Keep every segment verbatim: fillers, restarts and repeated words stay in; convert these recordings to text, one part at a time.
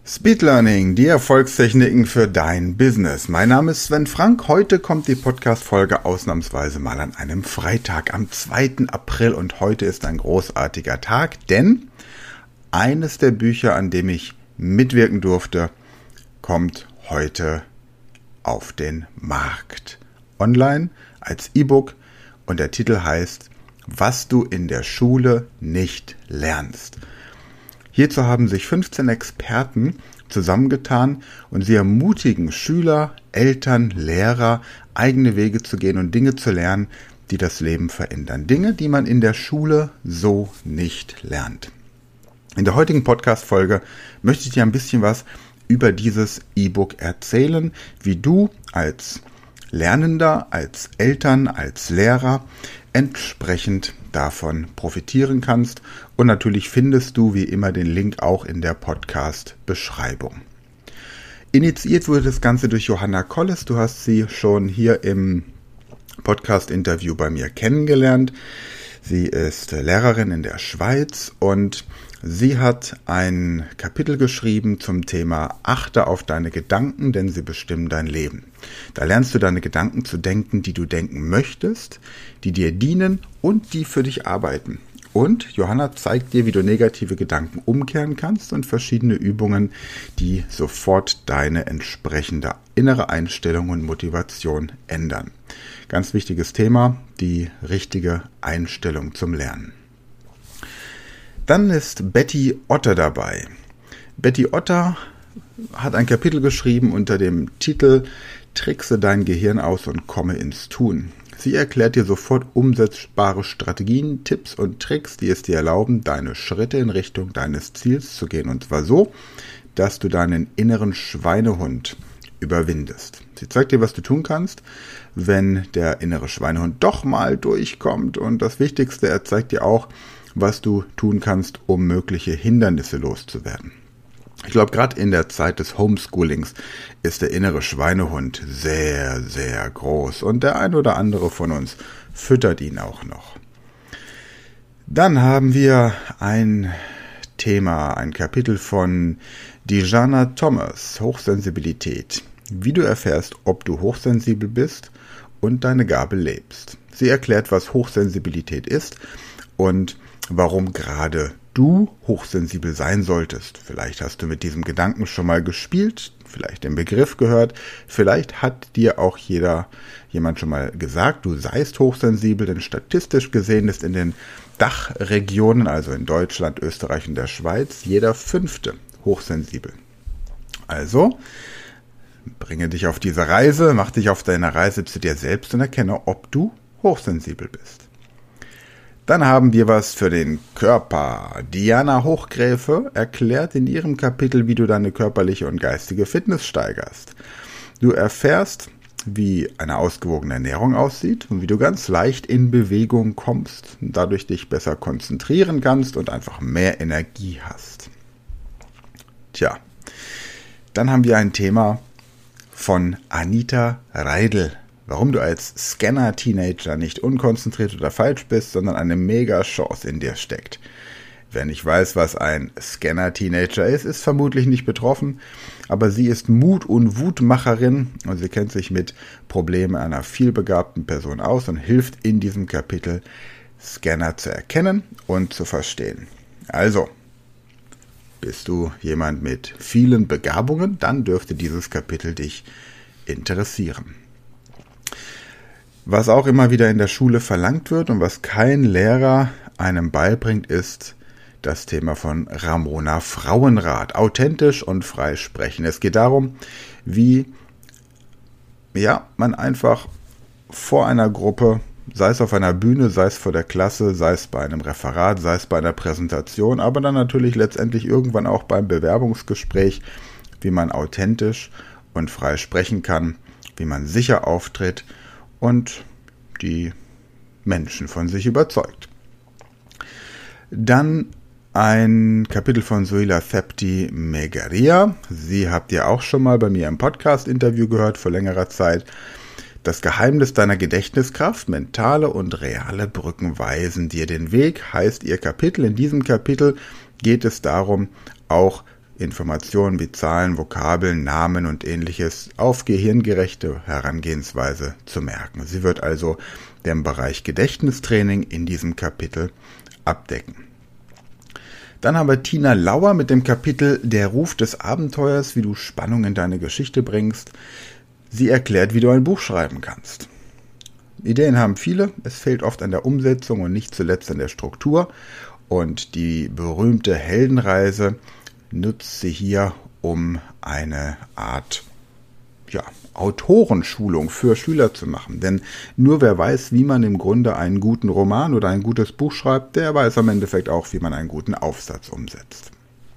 Speed Learning, die Erfolgstechniken für dein Business. Mein Name ist Sven Frank. Heute kommt die Podcast-Folge ausnahmsweise mal an einem Freitag am zweiten April und heute ist ein großartiger Tag, denn eines der Bücher, an dem ich mitwirken durfte, kommt heute auf den Markt. Online als E-Book und der Titel heißt Was du in der Schule nicht lernst. Hierzu haben sich fünfzehn Experten zusammengetan und sie ermutigen Schüler, Eltern, Lehrer, eigene Wege zu gehen und Dinge zu lernen, die das Leben verändern. Dinge, die man in der Schule so nicht lernt. In der heutigen Podcast-Folge möchte ich dir ein bisschen was über dieses E-Book erzählen, wie du als Lernender, als Eltern, als Lehrer entsprechend davon profitieren kannst. Und natürlich findest du wie immer den Link auch in der Podcast-Beschreibung. Initiiert wurde das Ganze durch Johanna Kolles. Du hast sie schon hier im Podcast-Interview bei mir kennengelernt. Sie ist Lehrerin in der Schweiz und sie hat ein Kapitel geschrieben zum Thema Achte auf deine Gedanken, denn sie bestimmen dein Leben. Da lernst du deine Gedanken zu denken, die du denken möchtest, die dir dienen und die für dich arbeiten. Und Johanna zeigt dir, wie du negative Gedanken umkehren kannst und verschiedene Übungen, die sofort deine entsprechende innere Einstellung und Motivation ändern. Ganz wichtiges Thema, die richtige Einstellung zum Lernen. Dann ist Betty Otter dabei. Betty Otter hat ein Kapitel geschrieben unter dem Titel Trickse dein Gehirn aus und komme ins Tun. Sie erklärt dir sofort umsetzbare Strategien, Tipps und Tricks, die es dir erlauben, deine Schritte in Richtung deines Ziels zu gehen. Und zwar so, dass du deinen inneren Schweinehund überwindest. Sie zeigt dir, was du tun kannst, wenn der innere Schweinehund doch mal durchkommt. Und das Wichtigste, er zeigt dir auch, was du tun kannst, um mögliche Hindernisse loszuwerden. Ich glaube, gerade in der Zeit des Homeschoolings ist der innere Schweinehund sehr, sehr groß und der ein oder andere von uns füttert ihn auch noch. Dann haben wir ein Thema, ein Kapitel von Dijana Thomas, Hochsensibilität. Wie du erfährst, ob du hochsensibel bist und deine Gabe lebst. Sie erklärt, was Hochsensibilität ist und warum gerade du hochsensibel sein solltest. Vielleicht hast du mit diesem Gedanken schon mal gespielt, vielleicht den Begriff gehört, vielleicht hat dir auch jeder, jemand schon mal gesagt, du seist hochsensibel, denn statistisch gesehen ist in den Dachregionen, also in Deutschland, Österreich und der Schweiz, jeder Fünfte hochsensibel. Also, bringe dich auf diese Reise, mach dich auf deine Reise zu dir selbst und erkenne, ob du hochsensibel bist. Dann haben wir was für den Körper. Diana Hochgräfe erklärt in ihrem Kapitel, wie du deine körperliche und geistige Fitness steigerst. Du erfährst, wie eine ausgewogene Ernährung aussieht und wie du ganz leicht in Bewegung kommst und dadurch dich besser konzentrieren kannst und einfach mehr Energie hast. Tja, dann haben wir ein Thema von Anita Reidel. Warum du als Scanner-Teenager nicht unkonzentriert oder falsch bist, sondern eine Mega-Chance in dir steckt. Wer nicht weiß, was ein Scanner-Teenager ist, ist vermutlich nicht betroffen, aber sie ist Mut- und Wutmacherin und sie kennt sich mit Problemen einer vielbegabten Person aus und hilft in diesem Kapitel, Scanner zu erkennen und zu verstehen. Also, bist du jemand mit vielen Begabungen, dann dürfte dieses Kapitel dich interessieren. Was auch immer wieder in der Schule verlangt wird und was kein Lehrer einem beibringt, ist das Thema von Ramona Frauenrath. Authentisch und frei sprechen. Es geht darum, wie ja, man einfach vor einer Gruppe, sei es auf einer Bühne, sei es vor der Klasse, sei es bei einem Referat, sei es bei einer Präsentation, aber dann natürlich letztendlich irgendwann auch beim Bewerbungsgespräch, wie man authentisch und frei sprechen kann, wie man sicher auftritt und die Menschen von sich überzeugt. Dann ein Kapitel von Soila Thepti Megaria. Sie habt ihr auch schon mal bei mir im Podcast-Interview gehört vor längerer Zeit. Das Geheimnis deiner Gedächtniskraft, mentale und reale Brücken weisen dir den Weg, heißt ihr Kapitel. In diesem Kapitel geht es darum, auch Informationen wie Zahlen, Vokabeln, Namen und ähnliches auf gehirngerechte Herangehensweise zu merken. Sie wird also den Bereich Gedächtnistraining in diesem Kapitel abdecken. Dann haben wir Tina Lauer mit dem Kapitel Der Ruf des Abenteuers, wie du Spannung in deine Geschichte bringst. Sie erklärt, wie du ein Buch schreiben kannst. Ideen haben viele, es fehlt oft an der Umsetzung und nicht zuletzt an der Struktur. Und die berühmte Heldenreise nutzt sie hier, um eine Art ja, Autorenschulung für Schüler zu machen. Denn nur wer weiß, wie man im Grunde einen guten Roman oder ein gutes Buch schreibt, der weiß am Endeffekt auch, wie man einen guten Aufsatz umsetzt.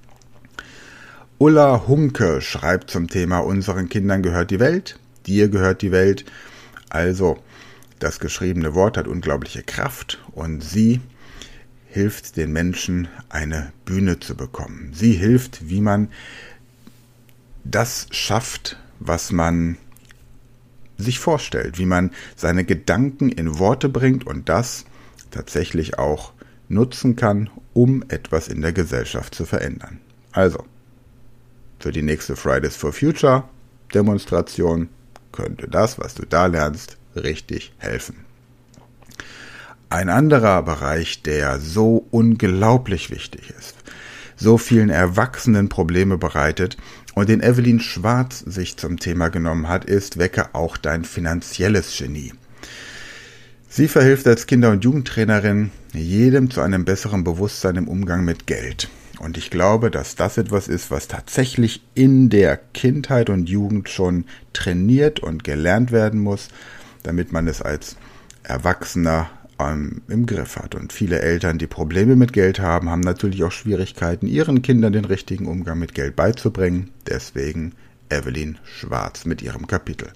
Ulla Hunke schreibt zum Thema Unseren Kindern gehört die Welt, dir gehört die Welt. Also, das geschriebene Wort hat unglaubliche Kraft und sie hilft den Menschen, eine Bühne zu bekommen. Sie hilft, wie man das schafft, was man sich vorstellt, wie man seine Gedanken in Worte bringt und das tatsächlich auch nutzen kann, um etwas in der Gesellschaft zu verändern. Also, für die nächste Fridays for Future Demonstration könnte das, was du da lernst, richtig helfen. Ein anderer Bereich, der so unglaublich wichtig ist, so vielen Erwachsenen Probleme bereitet und den Evelyn Schwarz sich zum Thema genommen hat, ist Wecke auch dein finanzielles Genie. Sie verhilft als Kinder- und Jugendtrainerin jedem zu einem besseren Bewusstsein im Umgang mit Geld. Und ich glaube, dass das etwas ist, was tatsächlich in der Kindheit und Jugend schon trainiert und gelernt werden muss, damit man es als Erwachsener ähm, im Griff hat. Und viele Eltern, die Probleme mit Geld haben, haben natürlich auch Schwierigkeiten, ihren Kindern den richtigen Umgang mit Geld beizubringen. Deswegen Evelyn Schwarz mit ihrem Kapitel.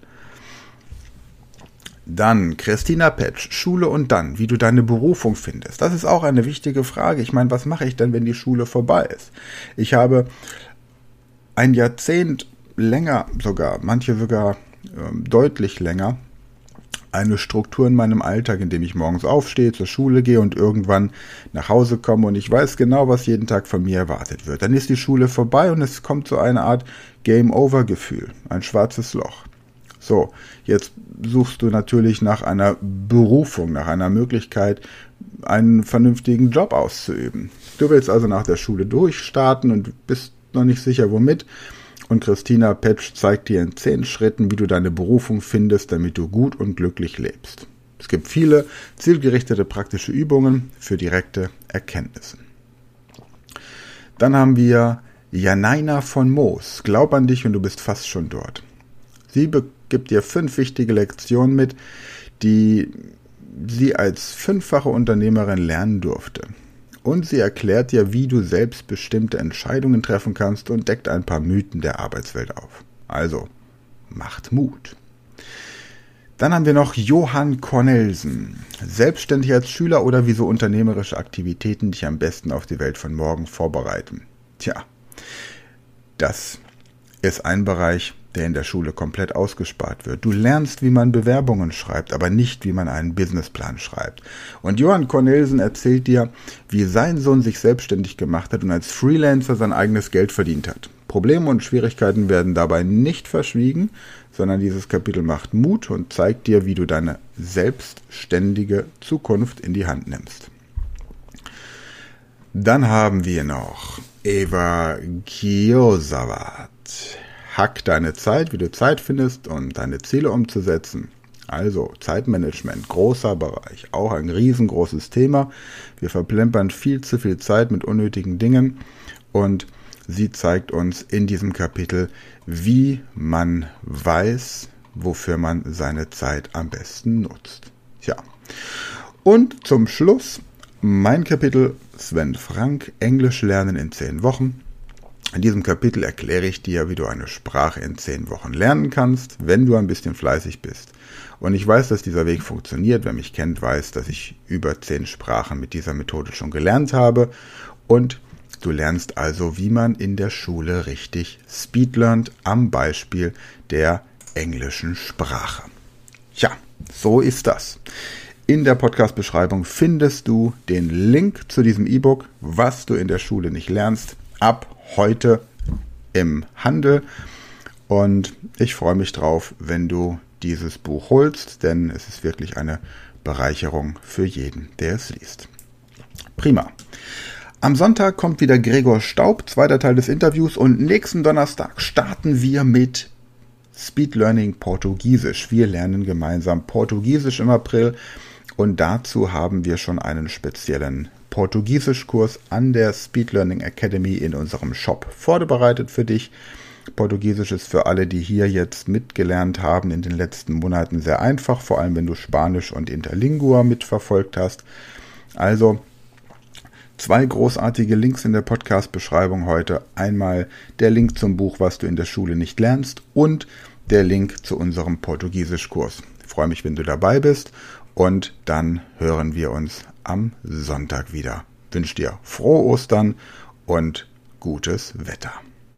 Dann Christina Petsch, Schule und dann, wie du deine Berufung findest. Das ist auch eine wichtige Frage. Ich meine, was mache ich denn, wenn die Schule vorbei ist? Ich habe ein Jahrzehnt länger sogar, manche sogar äh, deutlich länger, eine Struktur in meinem Alltag, in dem ich morgens aufstehe, zur Schule gehe und irgendwann nach Hause komme und ich weiß genau, was jeden Tag von mir erwartet wird. Dann ist die Schule vorbei und es kommt so eine Art Game-Over-Gefühl, ein schwarzes Loch. So, jetzt suchst du natürlich nach einer Berufung, nach einer Möglichkeit, einen vernünftigen Job auszuüben. Du willst also nach der Schule durchstarten und bist noch nicht sicher, womit. Und Christina Petsch zeigt dir in zehn Schritten, wie du deine Berufung findest, damit du gut und glücklich lebst. Es gibt viele zielgerichtete praktische Übungen für direkte Erkenntnisse. Dann haben wir Janaina von Moos. Glaub an dich und du bist fast schon dort. Sie gibt dir fünf wichtige Lektionen mit, die sie als fünffache Unternehmerin lernen durfte. Und sie erklärt dir, wie du selbstbestimmte Entscheidungen treffen kannst und deckt ein paar Mythen der Arbeitswelt auf. Also, macht Mut. Dann haben wir noch Johann Cornelsen. Selbstständig als Schüler oder wieso unternehmerische Aktivitäten dich am besten auf die Welt von morgen vorbereiten. Tja, das ist ein Bereich, der in der Schule komplett ausgespart wird. Du lernst, wie man Bewerbungen schreibt, aber nicht, wie man einen Businessplan schreibt. Und Johann Cornelsen erzählt dir, wie sein Sohn sich selbstständig gemacht hat und als Freelancer sein eigenes Geld verdient hat. Probleme und Schwierigkeiten werden dabei nicht verschwiegen, sondern dieses Kapitel macht Mut und zeigt dir, wie du deine selbstständige Zukunft in die Hand nimmst. Dann haben wir noch Eva Kiosawat. Hack deine Zeit, wie du Zeit findest, um deine Ziele umzusetzen. Also Zeitmanagement, großer Bereich, auch ein riesengroßes Thema. Wir verplempern viel zu viel Zeit mit unnötigen Dingen und sie zeigt uns in diesem Kapitel, wie man weiß, wofür man seine Zeit am besten nutzt. Tja. Und zum Schluss mein Kapitel Sven Frank, Englisch lernen in zehn Wochen. In diesem Kapitel erkläre ich dir, wie du eine Sprache in zehn Wochen lernen kannst, wenn du ein bisschen fleißig bist. Und ich weiß, dass dieser Weg funktioniert. Wer mich kennt, weiß, dass ich über zehn Sprachen mit dieser Methode schon gelernt habe. Und du lernst also, wie man in der Schule richtig Speed lernt, am Beispiel der englischen Sprache. Ja, so ist das. In der Podcast-Beschreibung findest du den Link zu diesem E-Book, was du in der Schule nicht lernst. Ab heute im Handel. Und ich freue mich drauf, wenn du dieses Buch holst, denn es ist wirklich eine Bereicherung für jeden, der es liest. Prima. Am Sonntag kommt wieder Gregor Staub, zweiter Teil des Interviews, und nächsten Donnerstag starten wir mit Speed Learning Portugiesisch. Wir lernen gemeinsam Portugiesisch im April und dazu haben wir schon einen speziellen Portugiesischkurs an der Speed Learning Academy in unserem Shop vorbereitet für dich. Portugiesisch ist für alle, die hier jetzt mitgelernt haben, in den letzten Monaten sehr einfach, vor allem wenn du Spanisch und Interlingua mitverfolgt hast. Also zwei großartige Links in der Podcast-Beschreibung heute. Einmal der Link zum Buch, was du in der Schule nicht lernst, und der Link zu unserem Portugiesischkurs. Ich freue mich, wenn du dabei bist, und dann hören wir uns am Sonntag wieder. Ich wünsche dir frohe Ostern und gutes Wetter.